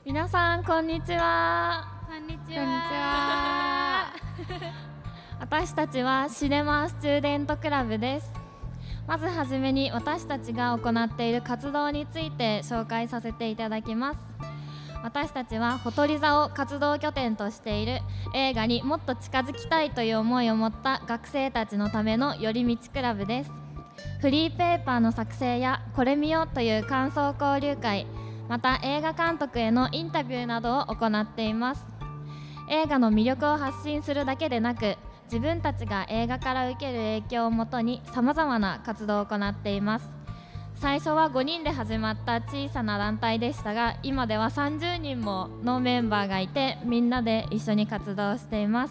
皆さんこんにちは。 こんにちは。 私たちはシネマスチューデントクラブです。まずはじめに私たちが行っている活動について紹介させていただきます。私たちはほとり座を活動拠点としている映画にもっと近づきたいという思いを持った学生たちのための寄り道クラブです。フリーペーパーの作成やこれ見よという感想交流会、また映画監督へのインタビューなどを行っています。映画の魅力を発信するだけでなく、自分たちが映画から受ける影響をもとにさまざまな活動を行っています。最初は5人で始まった小さな団体でしたが、今では30人ものメンバーがいて、みんなで一緒に活動しています。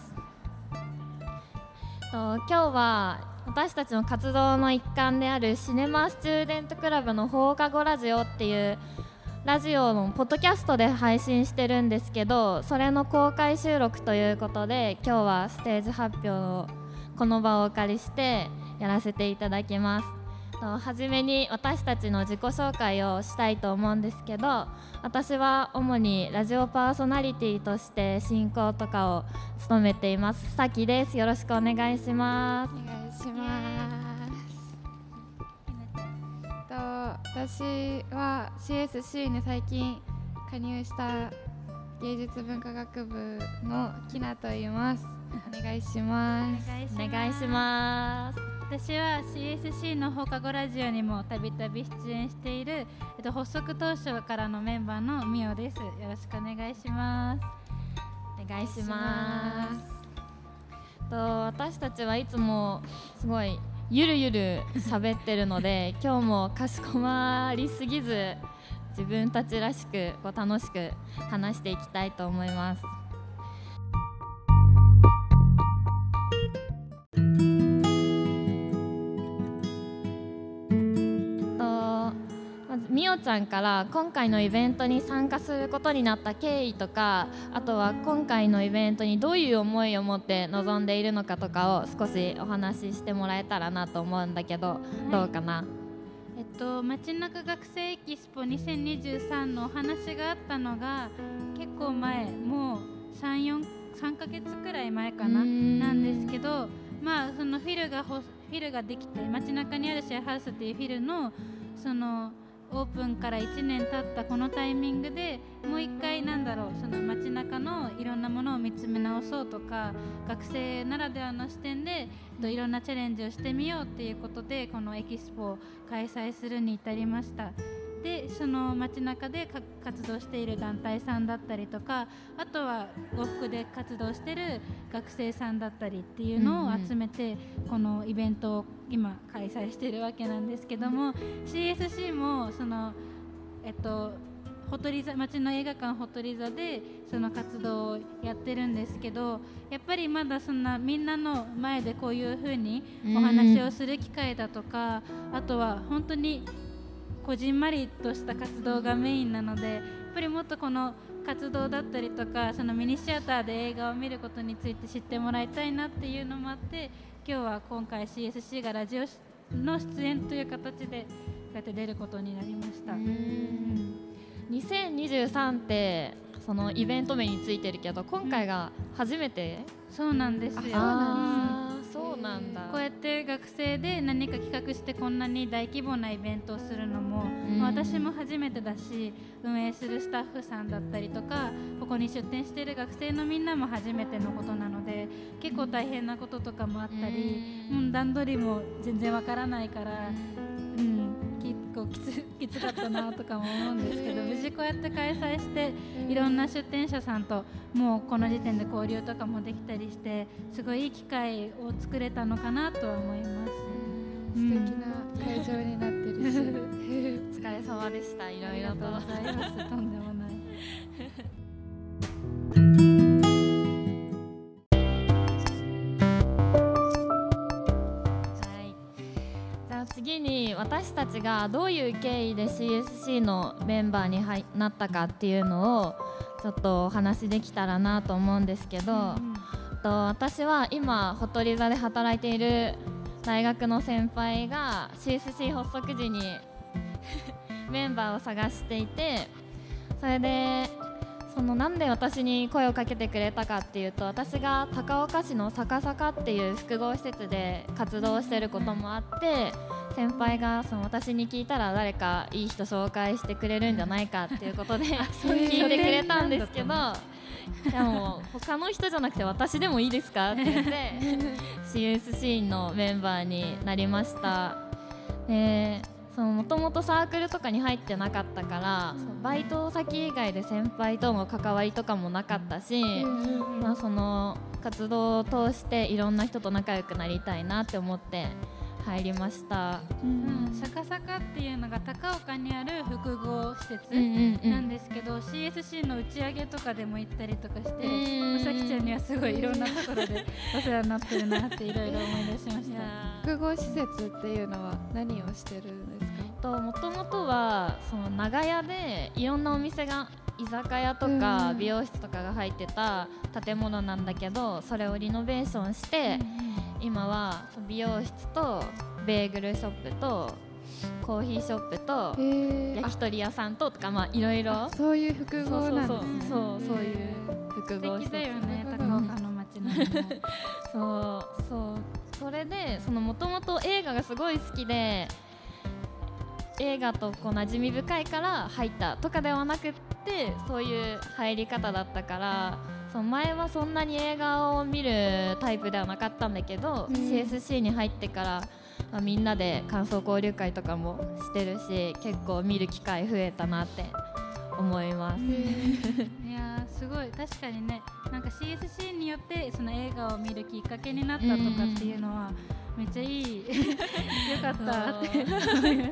今日は私たちの活動の一環であるシネマスチューデントクラブの放課後ラジオっていうラジオのポッドキャストで配信してるんですけど、それの公開収録ということで、今日はステージ発表をこの場をお借りしてやらせていただきます。はじめに私たちの自己紹介をしたいと思うんですけど、私は主にラジオパーソナリティとして進行とかを務めています。さきです。よろしくお願いします。 お願いします。私は CSC に最近加入した芸術文化学部のきなと言います。お願いします。 お願いします。 私は CSC の放課後ラジオにもたびたび出演している、発足当初からのメンバーのみおです。よろしくお願いします。 お願いします。私たちはいつもすごいゆるゆる喋ってるので今日もかしこまりすぎず自分たちらしく楽しく話していきたいと思います。まずみおちゃんから今回のイベントに参加することになった経緯とか、あとは今回のイベントにどういう思いを持って臨んでいるのかとかを少しお話ししてもらえたらなと思うんだけど、どうかな。 街中学生エキスポ2023のお話があったのが結構前、もう3ヶ月くらい前かななんですけど、そのフィルができて、街中にあるシェアハウスっていうフィルのそのオープンから1年経ったこのタイミングでもう一回その街中のいろんなものを見つめ直そうとか、学生ならではの視点でいろんなチャレンジをしてみようっていうことでこのエキスポを開催するに至りました。でその街中で活動している団体さんだったりとか、あとは呉服で活動している学生さんだったりっていうのを集めて、このイベントを今開催しているわけなんですけども、 CSC もそのほとり座、町の映画館ほとり座でその活動をやってるんですけど、やっぱりまだそんなみんなの前でこういう風にお話をする機会だとか、あとは本当にこじんまりとした活動がメインなので、やっぱりもっとこの活動だったりとか、そのミニシアターで映画を見ることについて知ってもらいたいなっていうのもあって、今回 CSC がラジオの出演という形でこうやって出ることになりました。 2023ってそのイベント名についてるけど、今回が初めて、 そうなんですよ。 そうなんだ。 こうやって学生で何か企画してこんなに大規模なイベントをするのも、私も初めてだし、運営するスタッフさんだったりとか、ここに出店している学生のみんなも初めてのことなので、結構大変なこととかもあったり、段取りも全然わからないから、結構きつかったなとかも思うんですけど、無事こうやって開催していろんな出店者さんともうこの時点で交流とかもできたりして、すごいいい機会を作れたのかなとは思います。 素敵な会場になってるしお疲れ様でした。いろいろと。 ありがとうございます。とんでもない。 次に私たちがどういう経緯で CSC のメンバーになったかっていうのをちょっとお話できたらなと思うんですけど、私は今ほとり座で働いている大学の先輩が CSC 発足時にメンバーを探していて、それでそのなんで私に声をかけてくれたかっていうと、私が高岡市の坂坂っていう複合施設で活動してることもあって、先輩がその私に聞いたら誰かいい人紹介してくれるんじゃないかっていうことで聞いてくれたんですけど、でも他の人じゃなくて私でもいいですかって言って CSC のメンバーになりました。でもともとサークルとかに入ってなかったから、そのバイト先以外で先輩との関わりとかもなかったし、その活動を通していろんな人と仲良くなりたいなって思って入りました。 坂坂っていうのが高岡にある複合施設なんですけど、CSC の打ち上げとかでも行ったりとかして、まさきちゃんにはすごいいろんなところでお世話になってるなっていろいろ思い出しました。 複合施設っていうのは何をしてるんですか？ もともとはその長屋でいろんなお店が、居酒屋とか美容室とかが入ってた建物なんだけど、それをリノベーションして、今は美容室とベーグルショップとコーヒーショップと焼き鳥屋さんとか、いろいろそういう複合なんですね。 そういう複合施設。 素敵だよね、高岡の街並みもそれでもともと映画がすごい好きで、映画と馴染み深いから入ったとかではなくって、そういう入り方だったから、前はそんなに映画を見るタイプではなかったんだけど、CSC に入ってからみんなで感想交流会とかもしてるし、結構見る機会増えたなって思います。 いやすごい、確かにね、なんか CSC によってその映画を見るきっかけになったとかっていうのはめっちゃいいよかったって思いました。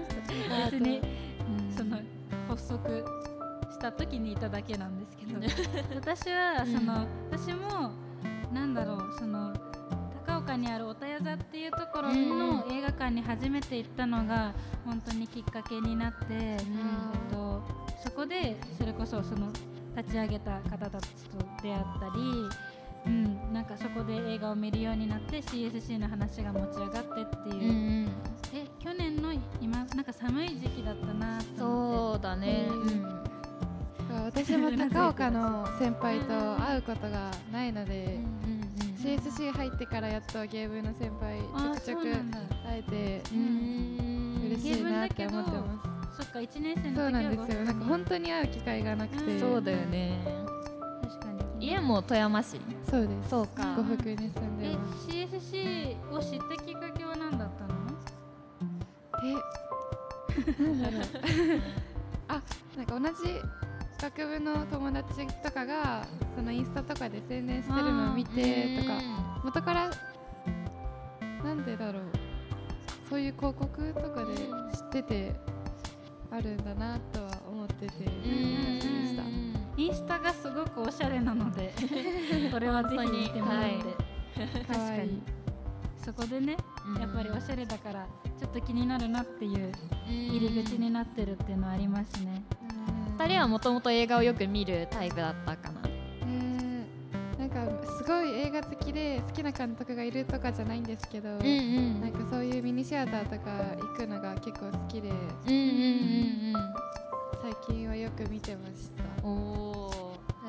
別にその発足した時にいただけなんですけど私は私もなんだろう、高岡にあるおたや座っていうところの映画館に初めて行ったのが本当にきっかけになって、そこでそれこそ立ち上げた方たちと出会ったり、なんかそこで映画を見るようになって CSC の話が持ち上がってっていう、去年の今なんか寒い時期だったなと思って。 そうだね、 私も高岡の先輩と会うことがないので、CSC 入ってからやっとゲームの先輩ちょくちょく会えて嬉しいなって思ってます。 そっか、1年生の時はそうなんですよ。なんか本当に会う機会がなくて。 そうだよね。 確かに。 家も富山市。 そうです。 そうか。 呉服に住んでます。 CSC を知ったきっかけは何だったの？ なんだろうなんか同じ学部の友達とかがそのインスタとかで宣伝してるのを見てとか、元からなんでだろう、そういう広告とかで知っててあるんだなとは思ってて感じでした。 インスタがすごくおしゃれなのでこれはぜひ見てもらって、 かわいい。 そこでね、やっぱりおしゃれだからちょっと気になるなっていう入り口になってるっていうのはありますね。 2人はもともと映画をよく見るタイプだったかな。 なんかすごい映画好きで好きな監督がいるとかじゃないんですけど、なんかそういうミニシアターとか行くのが結構好きで、最近はよく見てました。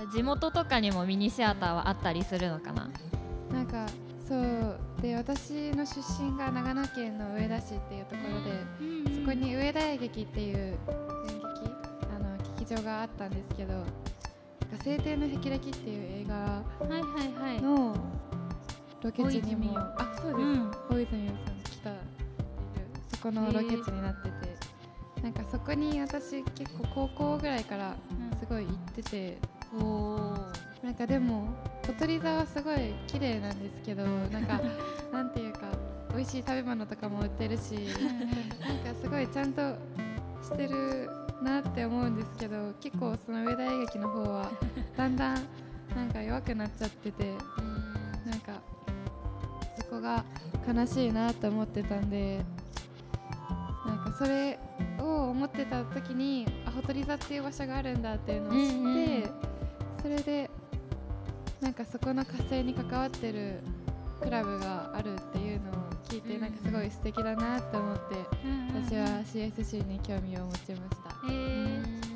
地元とかにもミニシアターはあったりするのかな。 なんかそうで、私の出身が長野県の上田市っていうところで、そこに上田映劇っていう劇場があったんですけど、青天の霹靂っていう映画のロケ地にも、そうです、大泉洋さん来たっていう、そこのロケ地になってて、なんかそこに私結構高校ぐらいからすごい行ってて、なんかでも小鳥座はすごい綺麗なんですけど、なんかなんていうか美味しい食べ物とかも売ってるし、なんかすごいちゃんとしてるなって思うんですけど、結構その上田映劇の方はだんだんなんか弱くなっちゃってて、なんかそこが悲しいなと思ってたんで、なんかそれを思ってた時にほとり座っていう場所があるんだっていうのを知って、それでなんかそこの活性に関わってるクラブがあるっていうのを聞いて、なんかすごい素敵だなって思って、私は CSC に興味を持ちました。 確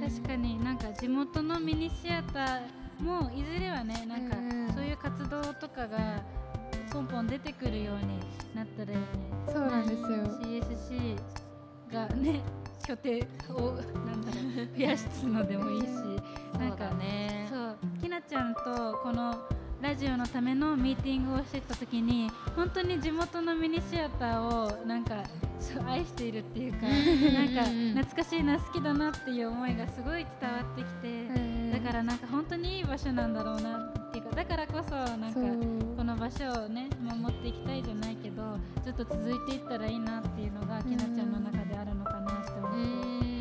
確かになんか地元のミニシアターもいずれはねなんかそういう活動とかがポンポン出てくるようになったらよね。 そうなんですよ。 CSC がね拠点をなんだろう増やすのでもいいし、なんかね、 そうきなちゃんとこのラジオのためのミーティングをしてた時に本当に地元のミニシアターをなんかそう愛しているっていうかなんか懐かしいな好きだなっていう思いがすごい伝わってきて、だからなんか本当にいい場所なんだろうなっていうか、だからこそなんかこの場所をね守っていきたいじゃないけどずっと続いていったらいいなっていうのがきなちゃんの中であるのかなって思って、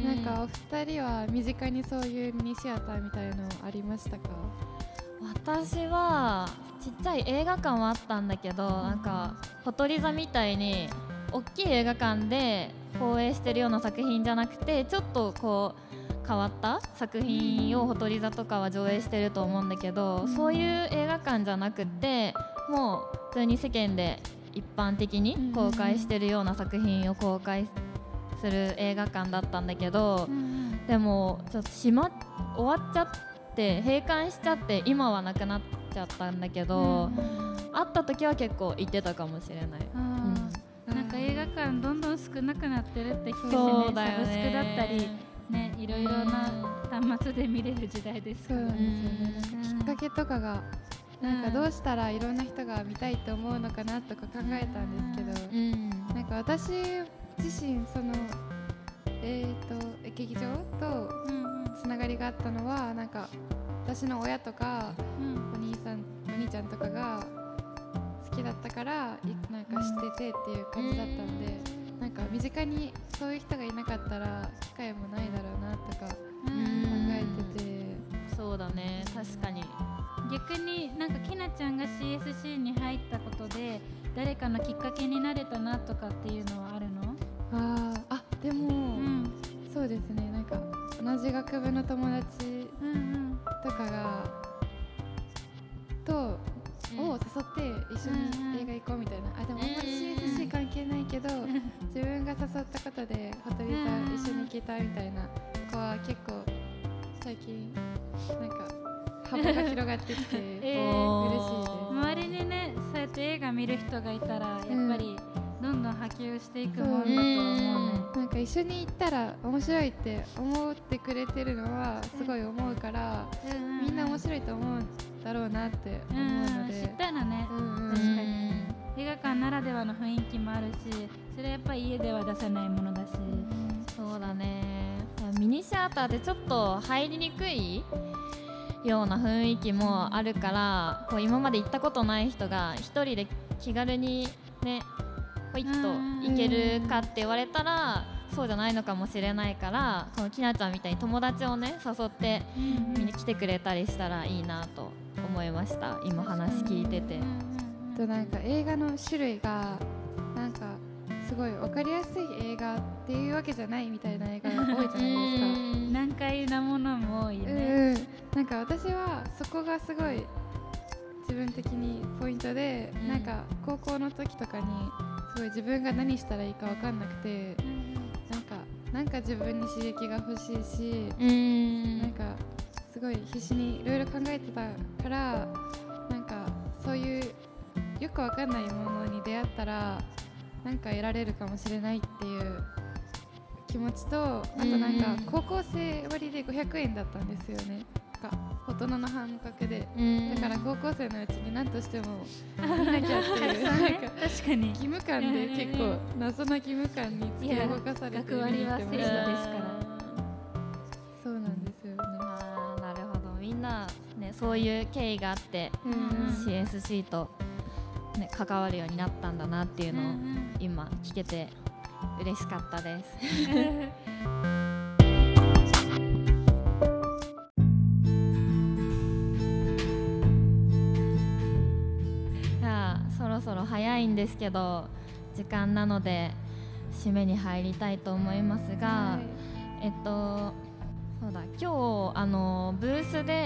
なんかお二人は身近にそういうミニシアターみたいのありましたか？ 私はちっちゃい映画館はあったんだけど、なんかほとり座みたいに大きい映画館で放映してるような作品じゃなくて、ちょっとこう変わった作品をほとり座とかは上映してると思うんだけど、そういう映画館じゃなくてもう普通に世間で一般的に公開してるような作品を公開する映画館だったんだけど、でもちょっと終わっちゃって閉館しちゃって今はなくなっちゃったんだけど、会った時は結構行ってたかもしれない。 なんか映画館どんどん少なくなってるって聞くしね、 そうだよね、 サブスクだったりね、いろいろな端末で見れる時代ですからね。 そうなんですよね。きっかけとかがなんかどうしたらいろんな人が見たいと思うのかなとか考えたんですけど、なんか私自身その劇場とつながりがあったのは、なんか私の親とかお兄ちゃんとかが好きだったからなんか知っててっていう感じだったので、なんか身近にそういう人がいなかったら機会もないだろうなとか考えてて。 そうだね、確かに。 逆になんかきなちゃんが CSC に入ったことで誰かのきっかけになれたなとかっていうのはあるの？ でも、そうですね、なんか同じ学部の友達とかがを誘って一緒に映画行こうみたいな、でもあんまり CSC 関係ないけど自分が誘ったことでほとり座一緒に行けたみたいな子は結構最近なんか幅が広がってきて嬉しいです。 周りにねそうやって映画見る人がいたらやっぱりどんどん波及していくもんだと思うね。 なんか一緒に行ったら面白いって思ってくれてるのはすごい思うから、みんな面白いと思うんだろうなって思うので、 知ったらね、確かに映画館ならではの雰囲気もあるし、それはやっぱり家では出せないものだし、 そうだね。ミニシアターってちょっと入りにくいような雰囲気もあるから、こう今まで行ったことない人が一人で気軽にねほいっと行けるかって言われたらそうじゃないのかもしれないから、このきなちゃんみたいに友達をね誘ってみんな来てくれたりしたらいいなと思いました、今話聞いてて。 となんか映画の種類がなんかすごい分かりやすい映画っていうわけじゃないみたいな映画が多いじゃないですか。 難解なものも多いよね。 なんか私はそこがすごい自分的にポイントで、なんか高校の時とかにすごい自分が何したらいいか分かんなくて、なんか自分に刺激が欲しいし、なんかすごい必死にいろいろ考えてたから、なんかそういうよく分かんないものに出会ったらなんか得られるかもしれないっていう気持ちと、あとなんか高校生割で500円だったんですよね。大人の半額で、だから高校生のうちに何としても見なきゃっていうなんか確かに義務感で結構謎な義務感に突き動かされて学割は正義ですから。 そうなんですよね。 なるほど、みんな、ね、そういう経緯があって、CSC と、ね、関わるようになったんだなっていうのを今聞けて嬉しかったですそろそろ早いんですけど時間なので締めに入りたいと思いますが、そうだ、今日ブースで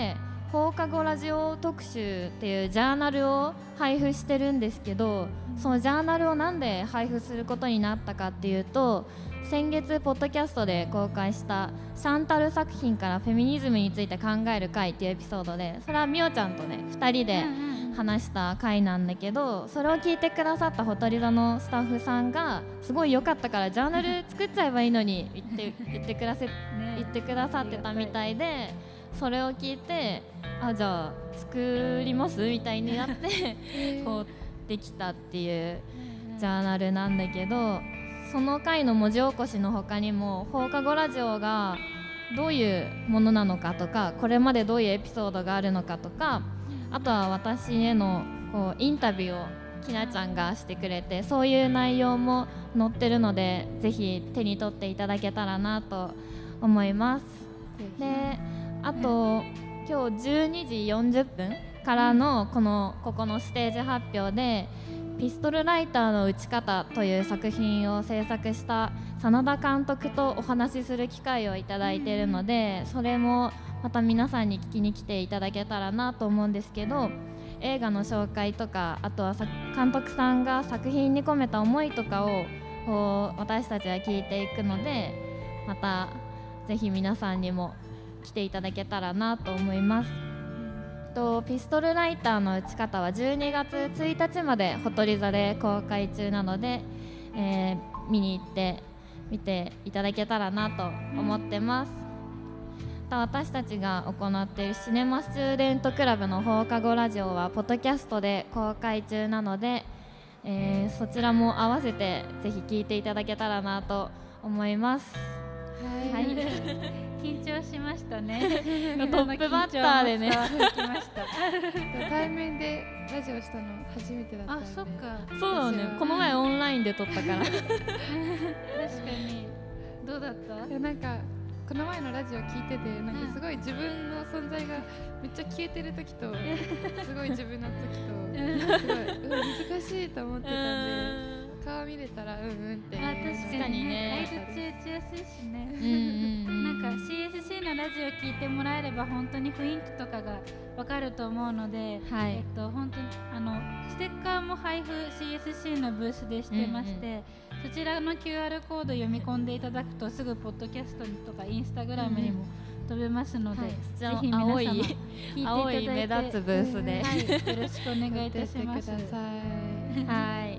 放課後ラジオ特集っていうジャーナルを配布してるんですけど、そのジャーナルをなんで配布することになったかっていうと、先月ポッドキャストで公開したシャンタル作品からフェミニズムについて考える会っていうエピソードで、それはみおちゃんとね2人で話した回なんだけど、それを聞いてくださったほとり座のスタッフさんがすごい良かったからジャーナル作っちゃえばいいのに言ってくださってたみたいで、それを聞いてじゃあ作りますみたいになってこうできたっていうジャーナルなんだけど、その回の文字起こしの他にも放課後ラジオがどういうものなのかとか、これまでどういうエピソードがあるのかとか、あとは私へのこうインタビューをきなちゃんがしてくれて、そういう内容も載ってるのでぜひ手に取っていただけたらなと思います。で、あと今日12時40分からのここのステージ発表でピストルライターの打ち方という作品を制作した真田監督とお話しする機会をいただいているので、それもまた皆さんに聞きに来ていただけたらなと思うんですけど、映画の紹介とか、あとは監督さんが作品に込めた思いとかをこう私たちは聞いていくので、またぜひ皆さんにも来ていただけたらなと思います。ピストルライターの打ち方は12月1日までほとり座で公開中なので、見に行って見ていただけたらなと思ってます。私たちが行っているシネマスチューデントクラブの放課後ラジオはポッドキャストで公開中なので、そちらも合わせてぜひ聞いていただけたらなと思います。 はい、緊張しましたね。 トップバッターでね対面でラジオしたの初めてだったんで。 あ、そっか。 そうだね、この前オンラインで撮ったから確かに。どうだった？ いや、なんかこの前のラジオ聞いてて、なんかすごい自分の存在がめっちゃ消えてる時とすごい自分の時とすごい、難しいと思ってたんで、顔見れたらっていう。 確かにね、相槌打ちやすいしね。なんか CSC のラジオ聞いてもらえれば本当に雰囲気とかがわかると思うので、本当にステッカーも配布 CSC のブースでしてまして、そちらの QR コード読み込んでいただくとすぐポッドキャストとかインスタグラムにも飛べますので、ぜひ皆様聞いていただいて、 目立つブースで、 よろしくお願いいたします。 はい、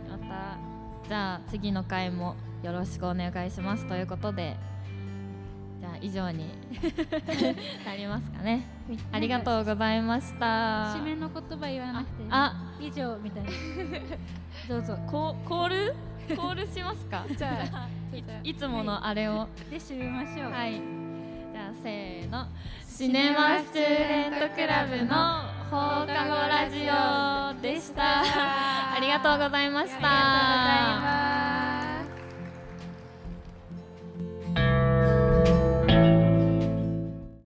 またじゃあ次の回もよろしくお願いしますということで、じゃあ以上になりますかね。ありがとうございました。 締めの言葉言わなくて以上みたいなどうぞ。 コールしますか。じゃあいつものあれをで締めましょう。 はい、じゃあせーの、シネマスチューデントクラブの放課後ラジオでした。ありがとうございました。 ありがとうございます。